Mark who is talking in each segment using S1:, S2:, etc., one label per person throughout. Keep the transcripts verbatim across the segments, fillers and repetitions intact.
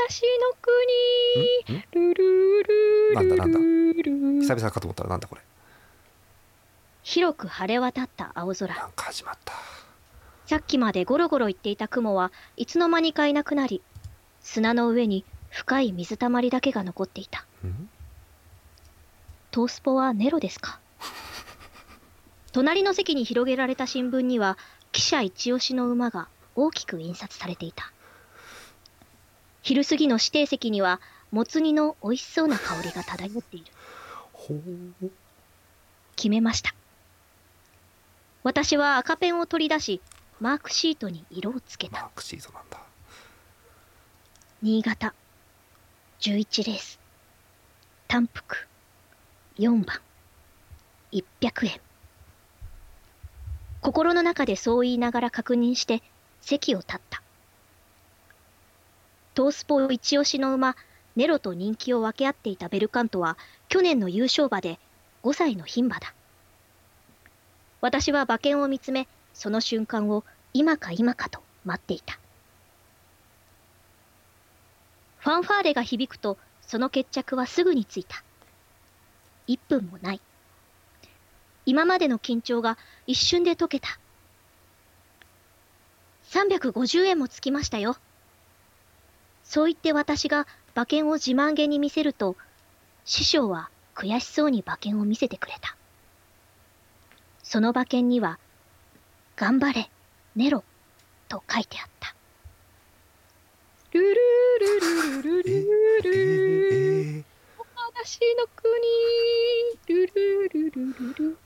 S1: しの国ルルルル
S2: なんだなんだ
S1: ルル
S2: 久々かと思ったらなんだこれ。
S1: 広く晴れ渡った青空。
S2: なんか始まった。
S1: さっきまでゴロゴロ言っていた雲はいつの間にかいなくなり、砂の上に深い水たまりだけが残っていた。
S2: ん
S1: トースポはネロですか？隣の席に広げられた新聞には記者一押しの馬が大きく印刷されていた。昼過ぎの指定席にはもつ煮の美味しそうな香りが漂っている。
S2: ほう。
S1: 決めました。私は赤ペンを取り出し、マークシートに色をつけた。
S2: マークシートなんだ。
S1: 新潟じゅういちレース、単服よんばん、いっぴゃくえん。心の中でそう言いながら確認して席を立った。トースポ一押しの馬ネロと人気を分け合っていたベルカントは去年の優勝馬でごさいの牝馬だ。私は馬券を見つめ、その瞬間を今か今かと待っていた。ファンファーレが響くとその決着はすぐについた。いっぷんもない。今までの緊張が一瞬で解けた。さんびゃくごじゅうえんもつきましたよ。そう言って私が馬券を自慢げに見せると、師匠は悔しそうに馬券を見せてくれた。その馬券には、頑張れ、ネロ、と書いてあった。ルルルルルルルルルお話の国ルルルルルル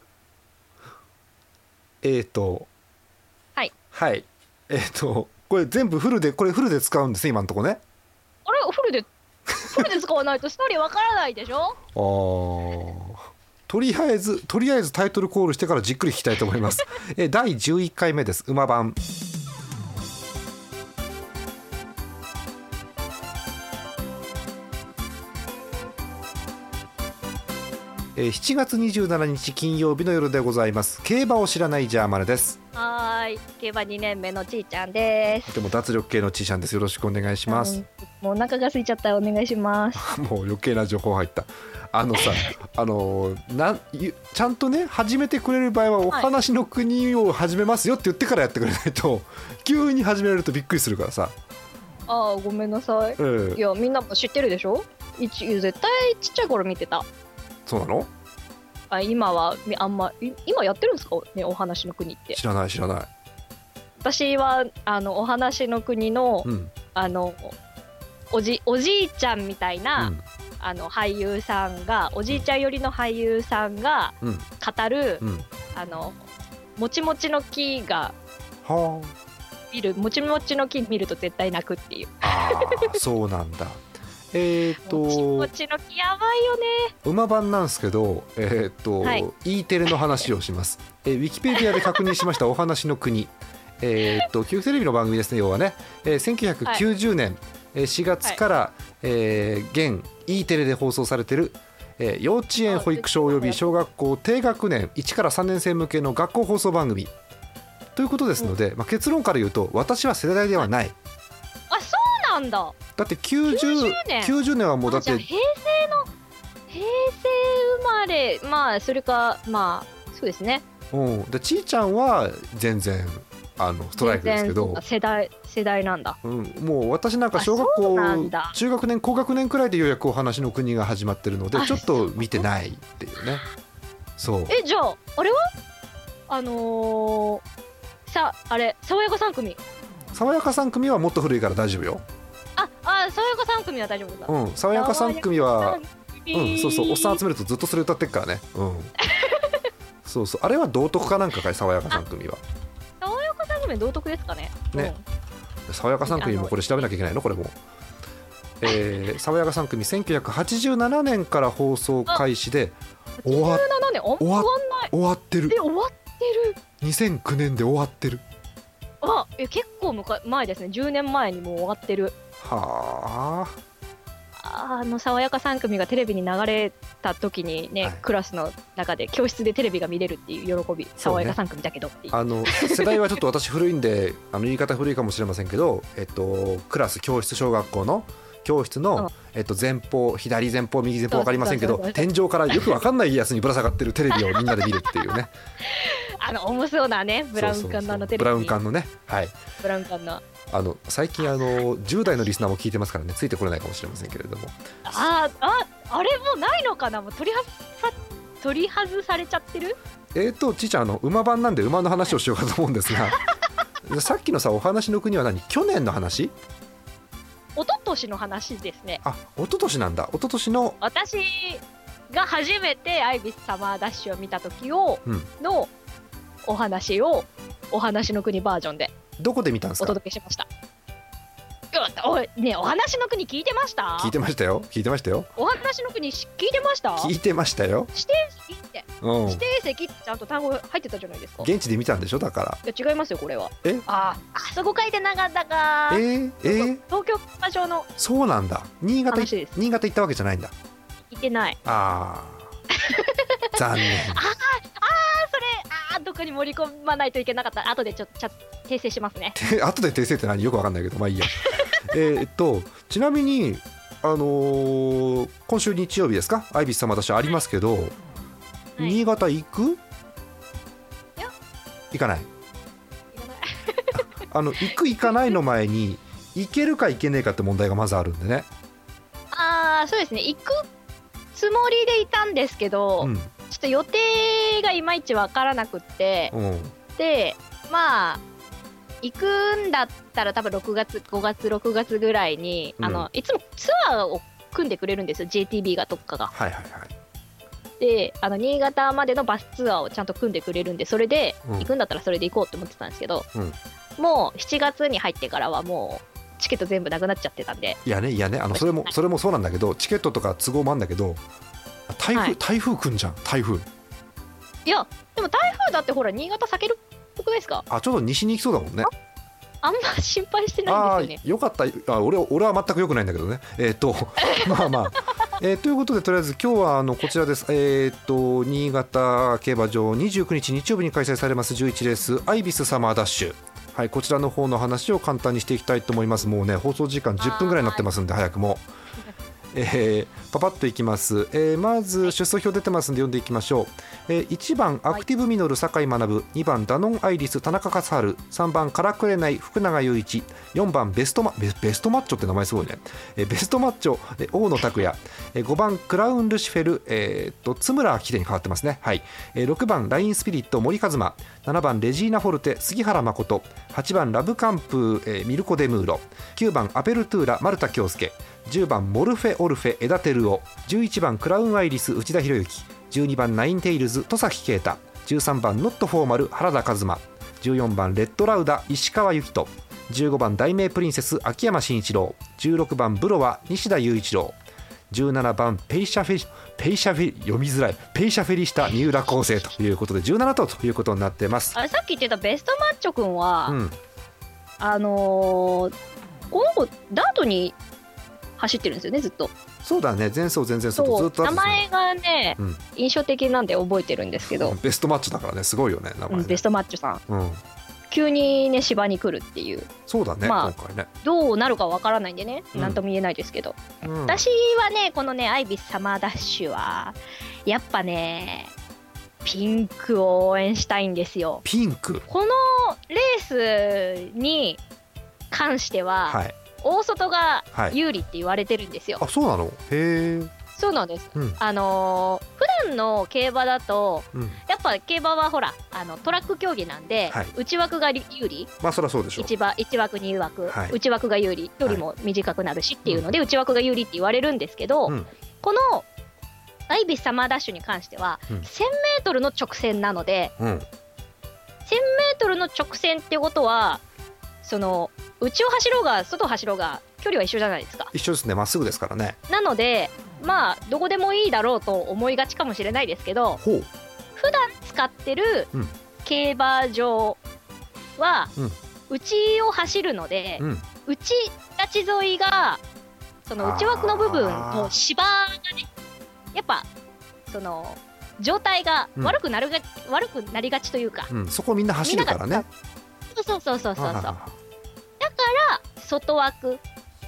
S2: えーと
S1: はい
S2: はいえーとこれ全部フルでこれフルで使うんですね今のとこね。
S1: あれフルでフルで使わないとストーリーわからないでしょ。
S2: ああとりあえずとりあえずタイトルコールしてからじっくり聞きたいと思います。えだいじゅういっかいめです。馬番しちがつにじゅうしちにち金曜日の夜でございます。競馬を知らないジャーマネです。
S1: はーい、競馬にねんめのちーちゃんです。
S2: でも脱力系のちーちゃんです。よろしくお願いします。
S1: うん、もうお腹が空いちゃったお願いします。
S2: もう余計な情報入った。あのさあのなちゃんとね始めてくれる場合はお話の国を始めますよって言ってからやってくれないと、はい、急に始められるとびっくりするからさ。
S1: ああごめんなさい、うん、いやみんなも知ってるでしょ。一絶対ちっちゃい頃見てた。
S2: そうなの？
S1: あ今はあんま今やってるんですかね、お話の国って。
S2: 知らない知らない。
S1: 私はあのお話の国の、うん、あのおじおじいちゃんみたいな、うん、あの俳優さんがおじいちゃん寄りの俳優さんが語る、うんうん、あのもちもちの木が
S2: は
S1: 見るもちもちの木見ると絶対泣くっていう。
S2: あそうなんだ。えー、と
S1: もちもちの木やばいよね。
S2: 馬番なんですけど、えーとはい、E テレの話をします。えー、ウィキペディアで確認しましたお話の国、えーと教育テレビの番組ですね。要はね、えー、せんきゅうひゃくきゅうじゅうねん、はい、しがつから、はいえー、現 E テレで放送されている、えー、幼稚園保育所および小学校低学年いちからさんねん生向けの学校放送番組ということですので、まあ、結論から言うと私は世代ではない、はい、
S1: あそうなんだ。
S2: だってきゅうじゅう、きゅうじゅうねんはもうだって
S1: 平成の平成生まれ、まあそれかまあそうですね。
S2: うん、でちーちゃんは全然あのストライクですけど
S1: 世代世代なんだ、
S2: うん、もう私なんか小学校中学年高学年くらいでようやくお話の国が始まってるのでちょっと見てないっていうね。そう
S1: えじゃああれはあのー、さあれ爽やかさん組
S2: 爽やかさん組はもっと古いから大丈夫よ。
S1: ああ爽やかさん組は大丈夫だ。
S2: うん爽やかさん組はうんそうそうおっさん集めるとずっとそれ歌ってっからね。うんそうそうあれは道徳かなんかかい爽やかさん組は。
S1: 爽やかさん組道徳ですかね。
S2: ね、うん、爽やかさん組もこれ調べなきゃいけないのこれも。えー、爽やかさん組せんきゅうひゃくはちじゅうななねんから放送開始で
S1: 終わっはちじゅうななねん終わ
S2: 終わってる。
S1: え終わってる。
S2: にせんきゅうねんで終わってる。
S1: あえ結構前ですね。じゅうねんまえにもう終わってる。
S2: は
S1: ああの爽やかさん組がテレビに流れた時にね、はい、クラスの中で教室でテレビが見れるっていう喜び、ね、爽やかさん組だけどっていう。
S2: あの世代はちょっと私古いんであの言い方古いかもしれませんけど、えっと、クラス教室小学校の教教室の、
S1: うん
S2: えっと、前方左前方右前方分かりませんけど、
S1: そうそうそう
S2: 天井からよく分かんないやつにぶら下がってるテレビをみんなで見るっていうね
S1: あの重そうなねブラウン管のあのテレビ、
S2: ブラウン管のね、はい、
S1: ブラウン管の
S2: あの最近あのじゅう代のリスナーも聞いてますからね、ついてこれないかもしれませんけれども、
S1: あーああれもうないのかな、もう取り外さ取り外されちゃってる。
S2: えーとちいちゃん、あの馬番なんで馬の話をしようかと思うんですがさっきのさお話の国は何、去年の話？
S1: 一昨年の話ですね。
S2: あ、一昨年なんだ。一昨年の
S1: 私が初めてアイビスサマーダッシュを見た時を、
S2: うん
S1: のお話をお話の国バージョンで
S2: どこで見たんです
S1: お
S2: か？
S1: 届けしました。おいねえ、お話の国聞いてました？
S2: 聞いてましたよ聞いてましたよ
S1: お話の国し聞いてました？
S2: 聞いてましたよ、
S1: 指定席って
S2: うん、
S1: 指定席ってちゃんと単語入ってたじゃないですか。
S2: 現地で見たんでしょ、だから。
S1: いや違いますよこれは。
S2: え
S1: ああそこ書いてなかったか。
S2: えー、えー、
S1: 東京馬上の
S2: そうなんだ。新潟い
S1: 話です。
S2: 新潟行ったわけじゃないんだ。
S1: 聞いてない。
S2: あー残念
S1: ああそれああどこに盛り込まないといけなかった。後でちょっとちゃ訂正しますね。
S2: て後で訂正って何よくわかんないけど、まあいいやえーっとちなみにあのー今週日曜日ですか、アイビス様私ありますけど、
S1: はい
S2: 新潟行く？
S1: いや
S2: 行かない。
S1: いらない
S2: あの行く行かないの前に行けるか行けねえかって問題がまずあるんでね。
S1: ああそうですね、行くつもりでいたんですけど、
S2: うん
S1: ちょっと予定がいまいちわからなくって、
S2: うん
S1: でまあ行くんだったら多分ろくがつごがつろくがつぐらいに、
S2: うん
S1: あのいつもツアーを組んでくれるんですよ ジェーティービー がどっかが。
S2: はいはいはい。
S1: であの新潟までのバスツアーをちゃんと組んでくれるんで、それで
S2: うん
S1: 行くんだったらそれで行こうって思ってたんですけど、
S2: うん
S1: もうしちがつに入ってからはもうチケット全部なくなっちゃってたんで。
S2: いやねいやね、あのそれもそれもそうなんだけど、チケットとか都合もあるんだけど、台風、
S1: はい
S2: 台風来んじゃん、台風。
S1: いやでも台風だってほら新潟避けるっぽくないですか？
S2: あ、ちょっと西に行きそうだもんね。
S1: あんま心配してないん
S2: あ
S1: ですよね。
S2: ーよかった。あ俺は俺は全く良くないんだけどね。えーっとまあまあ、えーということでとりあえず今日はあのこちらです。えーっと新潟競馬場にじゅうくにち日曜日に開催されますじゅういちレースアイビスサマーダッシュ、はい、こちらの方の話を簡単にしていきたいと思います。もうね放送時間じゅっぷんぐらいになってますんで早くもえー、パパッといきます、えー、まず出走表出てますんで読んでいきましょう、えー、いちばんアクティブミノル酒井学、にばんダノンアイリス田中勝治、さんばんからくれない福永雄一、よんばんベストマベベストマッチョって名前すごいね、えー、ベストマッチョ、えー、大野拓也、えー、ごばんクラウンルシフェル、えー、と津村明秀に変わってますね、はいえー、ろくばんラインスピリット森一馬、ななばんレジーナフォルテ杉原誠、はちばんラブカンプ、えー、ミルコ・デムーロ、きゅうばんアペルトゥーラ丸田恭介、じゅうばんモルフェオルフェ枝照夫、じゅういちばんクラウンアイリス内田博之、じゅうにばんナインテイルズ戸崎啓太、じゅうさんばんノットフォーマル原田和馬、じゅうよんばんレッドラウダ石川由紀人、じゅうごばん大名プリンセス秋山慎一郎、じゅうろくばんブロワ西田雄一郎、じゅうななばんペイシャフェリペイシャフェリ読みづらいペイシャフェリシタ三浦康生ということでじゅうななとということになってます。
S1: あれさっき言ってたベストマッチョくんは、
S2: うん、
S1: あのー、この子ダートに走ってるんですよねずっと。
S2: そうだね、前走前々走とずっと
S1: 名前がね、うん、印象的なんで覚えてるんですけど、
S2: ベストマッチだからね、すごいよね名前ね、
S1: うん、ベストマッチョさん、
S2: うん、
S1: 急にね芝に来るっていう。
S2: そうだね、
S1: まあ、
S2: 今回ね
S1: どうなるかわからないんでね、
S2: うん、
S1: なんとも言えないですけど、
S2: うん、
S1: 私はねこのねアイビスサマーダッシュはやっぱねピンクを応援したいんですよ。
S2: ピンク、
S1: このレースに関しては、はい、大外が有利って言われてるんですよ、
S2: はい、あ、そうなの、へえ。
S1: そうなんです、
S2: うん、
S1: あのー、普段の競馬だと、うん、やっぱ競馬はほらあのトラック競技なんで、はい、内枠が有利、
S2: まあそりゃそうでしょう、
S1: 一番一枠二枠、はい、内枠が有利よりも短くなるしっていうので、はい、内枠が有利って言われるんですけど、うん、このアイビスサマーダッシュに関しては、うん、せんメートルの直線なので、うん、せんメートルの直線ってことはその内を走ろうが外を走ろうが距離は一緒じゃないですか。
S2: 一緒ですね、まっすぐですからね。
S1: なのでまあどこでもいいだろうと思いがちかもしれないですけど、
S2: ほう、
S1: 普段使ってる競馬場は内を走るので、うん、内立ち沿いがその内枠の部分の芝がねやっぱその状態が悪くなるが、うん、悪くなりがちというか、
S2: うん、そこみんな走るからね。
S1: そうそうそうそうそうそうだから外枠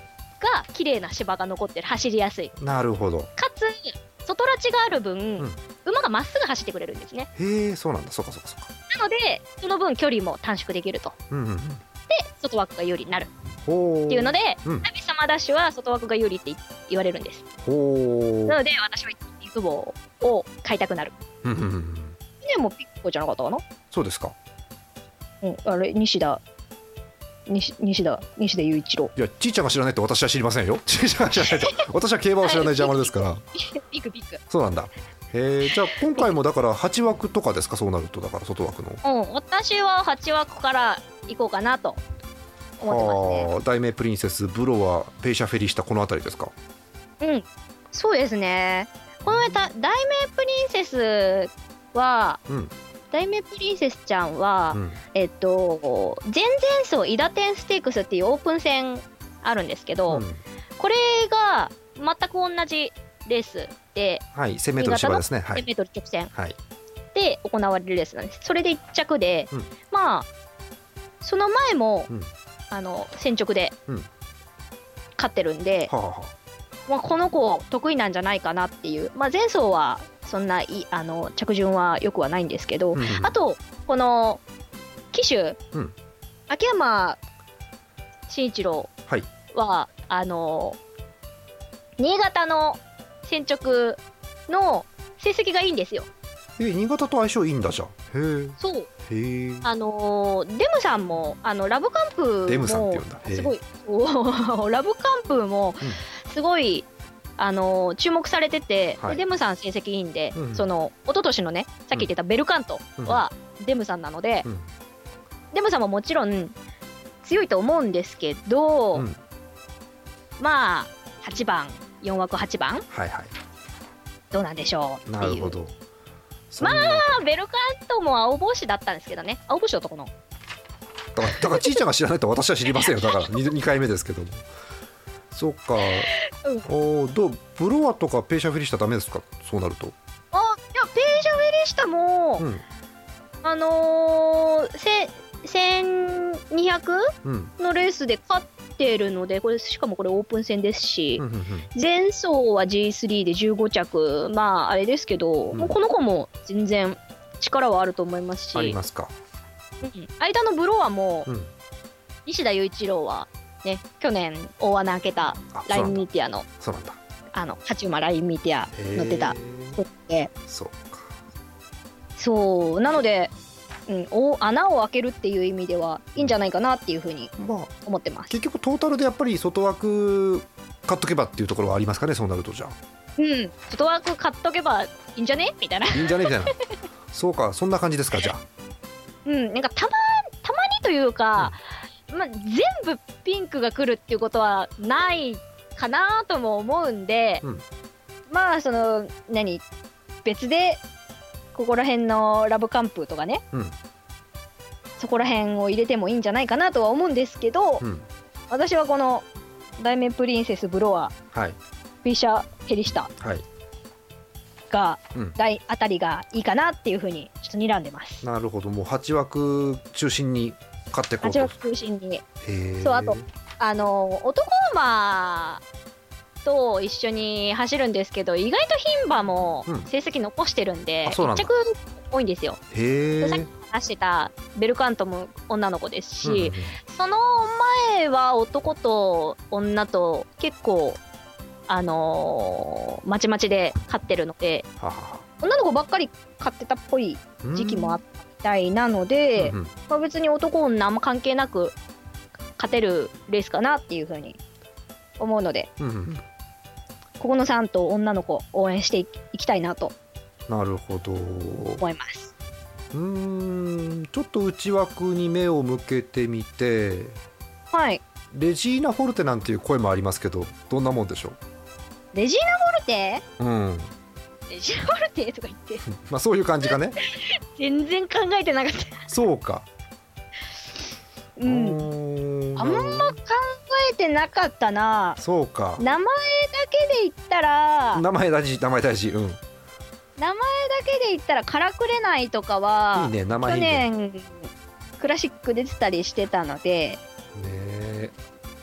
S1: が綺麗な芝が残ってる、走りやすい、
S2: なるほど。
S1: かつ外ラチがある分、
S2: うん、
S1: 馬がまっすぐ走ってくれるんですね。
S2: へえ、そうなんだ。そうかそうかそうか。
S1: なのでその分距離も短縮できると、
S2: うんうんうん、
S1: で外枠が有利になる
S2: ほー
S1: っていうので、
S2: うん、
S1: ナビ様ダッシュは外枠が有利って言われるんです。
S2: ほー
S1: なので私はビッグボーを買いたくなる。
S2: うんうんうん、
S1: でもピッコじゃなかったかな。
S2: そうですか。
S1: うん、あれ西田西西田西田雄一郎。
S2: いや、ちいちゃんが知らないと私は知りませんよ。ちいちゃんが知らないと私は競馬を知らないジャマルですから
S1: ビッグビッグ。
S2: そうなんだ。へえ、じゃあ今回もだからはち枠とかですか、そうなると。だから外枠の、
S1: うん、私ははち枠から行こうかなと思ってますね。
S2: 題名プリンセス、ブロワ、ペイシャフェリシタ、この辺りですか。
S1: うん、そうですね。この題名プリンセスは、うん、題名プリンセスちゃんは、うん、えっと前々走伊田天ステークスっていうオープン戦あるんですけど、うん、これが全く同じレースで、
S2: はい、せんメートル芝ですね。
S1: せんメートル直線で行われるレースなんです。それでいっ着で、うん、まあその前も、うん、あの先直で勝ってるんで、うん、はあはあ、まあ、この子得意なんじゃないかなっていう、まあ、前走はそんないあの着順はよくはないんですけど、うんうん、あとこの騎手、うん、秋山慎一郎は、はい、あの新潟の先直の成績がいいんですよ。
S2: え、新潟と相性いいんだじゃん。へえ。
S1: そう。
S2: へえ。
S1: あのデムさんもあのラブカンプも
S2: デムさんって呼んだ。
S1: すごいラブカンプもすごい、うん、あの注目されてて、はい、デムさん成績いいんで、うん、その一昨年のねさっき言ってたベルカントはデムさんなので、うん、デムさんももちろん強いと思うんですけど、うん、まあはちばんよん枠はちばん、はいはい、どうなんでしょうっていう。なるほど。まあベルカントも青帽子だったんですけどね。青帽子男のだ
S2: からだからちいちゃんが知らないと私は知りませんよ。だから 2, にかいめですけども。そうか、うん、おどうブロワとかペイシャフェリシタダメですか、そうなると。
S1: あ、いやペイシャフェリシタも、うん、あのー、せせんにひゃくのレースで勝ってるので、これしかもこれオープン戦ですし、うんうんうん、前走は ジースリー でじゅうご着、まああれですけど、うん、もうこの子も全然力はあると思いますし。
S2: ありますか。
S1: うん、間のブロワも、うん、西田雄一郎はね、去年大穴開けたラインミーティアの
S2: そうなんだ、
S1: あの勝ち馬ラインミーティア乗ってた人で、
S2: そうか、
S1: そうなので、うん、お穴を開けるっていう意味ではいいんじゃないかなっていうふうに思ってます、まあ、
S2: 結局トータルでやっぱり外枠買っとけばっていうところはありますかね、そうなると。じゃあ、
S1: うん、外枠買っとけばいいんじゃねみたいな。
S2: いいんじゃねみたいなそうか、そんな感じですか。じゃあ、
S1: うん、なんかたまたまにというか、うん、まあ、全部ピンクが来るっていうことはないかなとも思うんで、うん、まあその何別でここら辺のラブカンプとかね、うん、そこら辺を入れてもいいんじゃないかなとは思うんですけど、うん、私はこの題名プリンセスブロワ、はい、フィッシャーヘリシタが、うん、大あたりがいいかなっていうふうにちょっと睨んでます。
S2: なるほど、もうはち枠中心に買っていこうと。
S1: はち枠中心に。そう、あとあの男馬と一緒に走るんですけど、意外と牝馬も成績残してるんで、うん、いっ着多いんですよ。
S2: へ
S1: さっき話してたベルカントも女の子ですし、うんうん、その前は男と女と結構あのー、まちまちで勝ってるので、はは女の子ばっかり勝ってたっぽい時期もあったみたいなので、うんうん、まあ、別に男女あんま関係なく勝てるレースかなっていう風に思うので、うんうん、ここのさんと女の子応援していきたいなと。
S2: なるほど、
S1: 思います。
S2: うーん、ちょっと内枠に目を向けてみて、
S1: はい、
S2: レジーナ・フォルテなんていう声もありますけど、どんなもんでしょう。
S1: レジーナ・フォルテ、
S2: うん、
S1: レジーナ・フォルテとか言って
S2: まあそういう感じかね
S1: 全然考えてなかった
S2: そうか、
S1: うん、あんま考えてなかったな。
S2: そうか、
S1: 名前だけで言ったら
S2: 名前大事、名前大事、うん、
S1: 名前だけで言ったらからくれないとかはい
S2: いね、名前いいね。
S1: 去年クラシック出てたりしてたので、
S2: ね、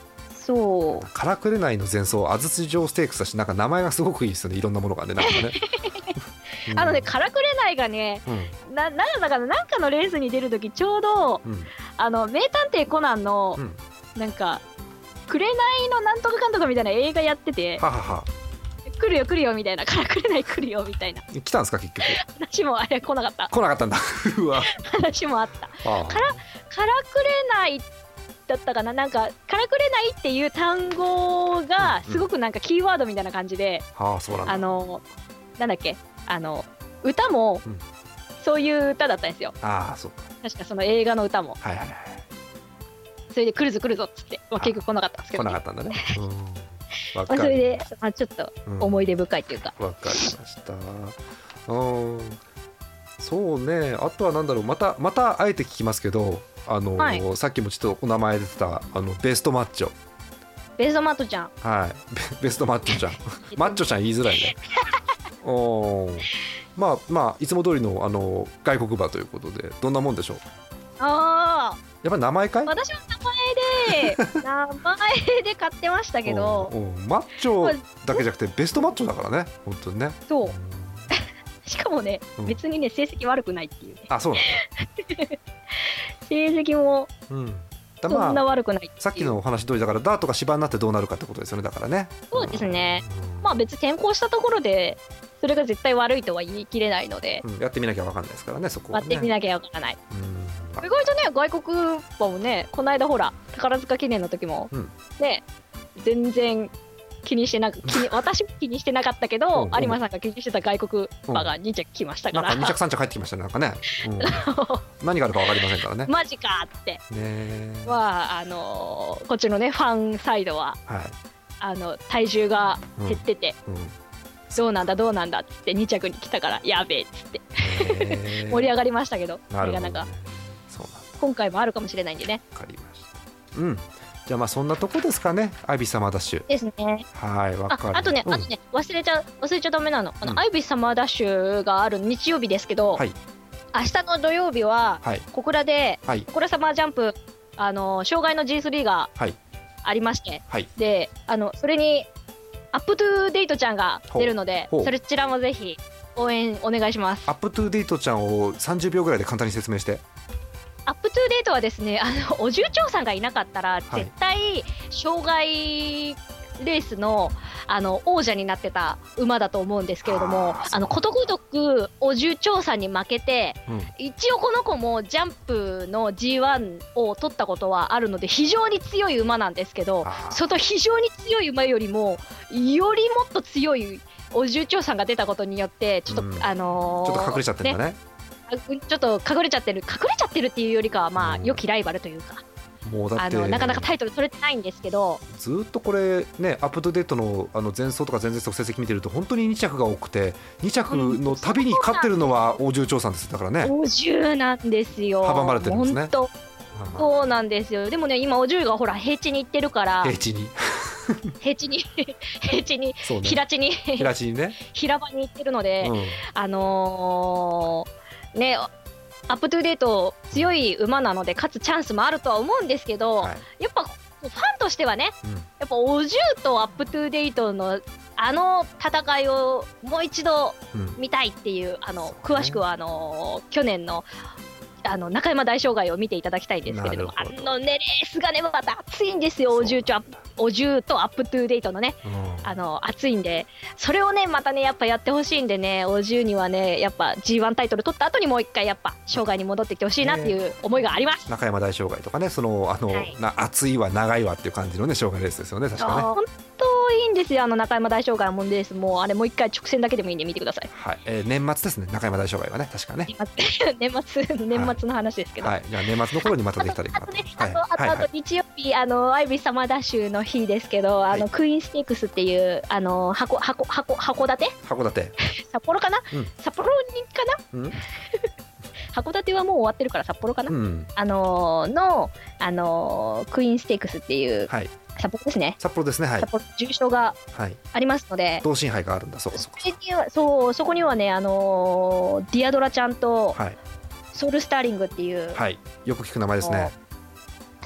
S1: そう
S2: からくれないの前奏安土城ステークスだし、なんか名前がすごくいいですよね、いろんなものがね、なんかね
S1: あのね、からくれないがね、うん、ななんだかなんかのレースに出るときちょうど、うん、あの名探偵コナンの、うん、なんか紅のなんとかかんとかみたいな映画やってて、ははは来るよ来るよみたいな、からくれない来るよみたいな。
S2: 来たんですか結局。
S1: 話もあれ来なかった。
S2: 来なかったんだ。うわ。
S1: 話もあった。ああからからくれないだったかな、なんかからくれないっていう単語がすごくなんかキーワードみたいな感じで、うんうん、ああそうなんだ。あのなんだっけあの歌もそういう歌だったんですよ。うん、ああそうか。確かその映画の歌も。はいはいはい。それで来るぞ来るぞっつって、まあ、結局来なかったんですけど、ね。来なかったんだね。うんまあ、それで、まあ、ちょっと思い出深いというか。わ、うん、かりました。うん。そうね。あとはなんだろう。またまたあえて聞きますけど、あの、はい、さっきもちょっとお名前出てたあのベストマッチョ。ベストマッチョちゃん。はい。ベストマッチョちゃん。マッチョちゃん言いづらいね。おまあまあいつも通りのあの外国馬ということでどんなもんでしょう。ああ。やっぱり名前かい？私は名前で名前で買ってましたけど、おうおうマッチョだけじゃなくてベストマッチョだからね、本当にね。そう。しかもね、うん、別にね成績悪くないっていうね。あ、そうなんだ。成績もそんな悪くない、まあ、さっきのお話通りだからダートが芝になってどうなるかってことですよね、だからね。そうですね。うん、まあ別に転校したところでそれが絶対悪いとは言い切れないので、うん、やってみなきゃ分かんないですからね、そこはね。やってみなきゃ分からない。うん意外とね外国馬もね、この間ほら宝塚記念の時も、うん、ね全然気にしてなく気に私も気にしてなかったけど有馬さんが気にしてた外国馬がに着来ましたから、うん、なんかに着さん着帰ってきましたね、なんかね、うん、何があるか分かりませんからね。マジかってねはあのー、こっちのねファンサイドは、はい、あの体重が減ってて、うんうんどうなんだどうなんだっつってに着に来たからやべえっつって盛り上がりましたけど、なかなかそうなんだ今回もあるかもしれないんでね。わかりました。うん。じゃあまあそんなとこですかね。アイビスサマーダッシュですね。はい、わかる。あ、あとね、うん、あとね忘れちゃ忘れちゃダメなの。あの、うん、アイビスサマーダッシュがある日曜日ですけど、はい、明日の土曜日は、はい、小倉で、はい、小倉サマージャンプあの障害の ジースリー がありまして、はい、であのそれにアップトゥーデイトちゃんが出るので、そちらもぜひ応援お願いします。アップトゥーデイトちゃんをさんじゅうびょうぐらいで簡単に説明して。アップトゥーデイトはですね、あのお重長さんがいなかったら、はい、絶対障害レース の, あの王者になってた馬だと思うんですけれども、あのことごとくお重長さんに負けて、うん、一応この子もジャンプの ジーワン を取ったことはあるので非常に強い馬なんですけど、その非常に強い馬よりもよりもっと強いお重長さんが出たことによってちょっと、うん、あのー、ちょっと隠れちゃってるんだね。ちょっと隠れちゃってる隠れちゃってるっていうよりかはまあ、うん、良きライバルというか。もうだってあのなかなかタイトル取れてないんですけど、ずっとこれねアップトゥデート の, あの前走とか前々走成績見てると本当にに着が多くてに着のたびに勝ってるのは大重長さんです。だからね大重なんですよ。阻まれてるんですね。本当そうなんですよ。でもね今お重がほら平地に行ってるから平地に平地に平地に、ね、平地に平地にね平場に行ってるので、うん、あのー、ねアップトゥーデート強い馬なので勝つチャンスもあるとは思うんですけど、はい、やっぱファンとしてはね、うん、やっぱお重とアップトゥーデートのあの戦いをもう一度見たいっていう、うん、あの詳しくはあの去年のあの中山大障害を見ていただきたいんですけれども、あのねレースがねまた熱いんですよ。お重とお重とアップトゥーデートのね、うん、あの熱いんで、それをねまたねやっぱやってほしいんでね、お重にはねやっぱ ジーワン タイトル取った後にもう一回やっぱ障害に戻ってきてほしいなっていう思いがあります、ね、中山大障害とかね、そのあの、はい、な熱いわ長いわっていう感じのね障害レースですよね。確かね本当いいんですよ。あの中山大障害もんです。もうあれもう一回直線だけでもいいんで見てください。はい、えー、年末ですね中山大障害はね確かね年末年末の話ですけど、はい、じゃあ年末の頃にまたできたらいいかなと。あと、あと、あと日曜日あのアイビスサマーダッシュの日ですけど、あの、はい、クイーンステークスっていうあの箱箱箱函館函館札幌かな、うん、札幌にかな、うん、函館はもう終わってるから札幌かな、うん、あののあのクイーンステークスっていう、はい、札幌ですね。札幌ですね。はい。札幌重賞がありますので、はい、同心杯があるんだ。そうかそうか。そこにはそうそこにはねあのー、ディアドラちゃんと、はい、ソウルスターリングっていう、はい、よく聞く名前ですね。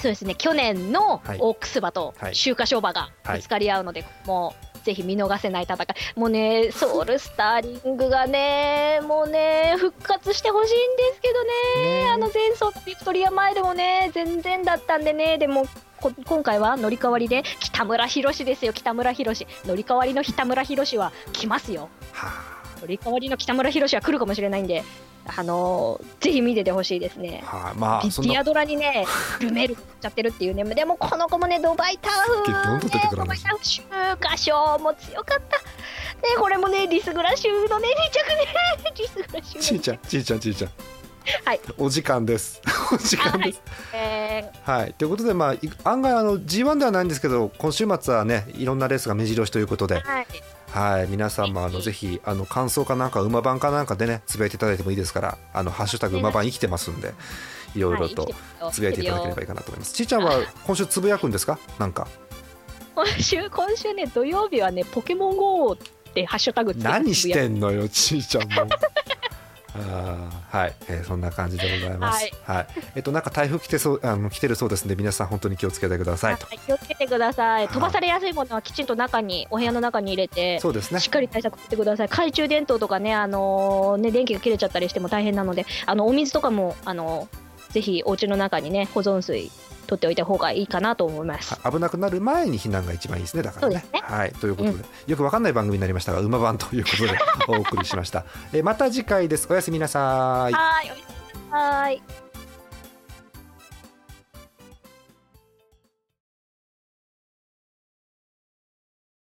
S1: そうですね、去年のオークス馬と
S2: はい
S1: 秋華賞馬がぶつかり合うので、もうぜひ見逃せない戦い、もうね、ソウルスターリングがね、もうね、復活してほしいんですけどね、
S2: ね
S1: あの前走のビクトリア前でもね、全然だったんでね、でもこ今回は乗り換わりで北村宏ですよ、北村宏、乗り換わりの北村宏は来ますよ。
S2: はあ、
S1: 乗り換わりの北村宏は来るかもしれないんで、あのー、ぜひ見ててほしいですね。
S2: はあ、まあ
S1: ビ
S2: そんな
S1: ディアドラにね、ルメール取っちゃってるっていうね、でもこの子もね、ドバイターフ、
S2: どんどん出てくる
S1: ね、ドバイターフ、秋華賞も強かった。ね、これもね、リスグラ州のね、に着ね、リスグラ州の
S2: ちいちゃんちいちゃんちいちゃん、
S1: はい、
S2: お時間ですお時間です。
S1: はい、え
S2: はい、ということで、まあ、い案外あの ジーワン ではないんですけど、今週末はね、いろんなレースが目白押しということで、
S1: ーはい
S2: はい、皆さんもあのぜひあの感想かなんか馬番かなんかでねつぶやいていただいてもいいですから、あのハッシュタグ馬番生きてますんで、いろいろとつぶやいていただければいいかなと思います。ちいちゃんは今週つぶやくんですか？なんか
S1: 今週、今週ね、土曜日はね、ポケモン ゴー ってハッシュタグつけて
S2: 何してんのよちいちゃんもあはい、えー、そんな感じでございます。はい、はい、えっとなんか台風来てそう、あの来てるそうですので、皆さん本当に気をつけてくださいと。
S1: はい、気をつけてください。飛ばされやすいものはきちんと中に、お部屋の中に入れて、
S2: そうですね、
S1: しっかり対策してください。懐中電灯とかね、あのー、ね、電気が切れちゃったりしても大変なので、あのお水とかも、あのー、ぜひお家の中にね、保存水取っておいた方がいいかなと思います。
S2: 危なくなる前に避難が一番いいですね。だから ね,
S1: そうですね、
S2: はい、ということで、うん、よくわかんない番組になりましたが、馬番ということでお送りしました。えまた次回です。おやすみなさい。
S1: はい、おやすみなさい。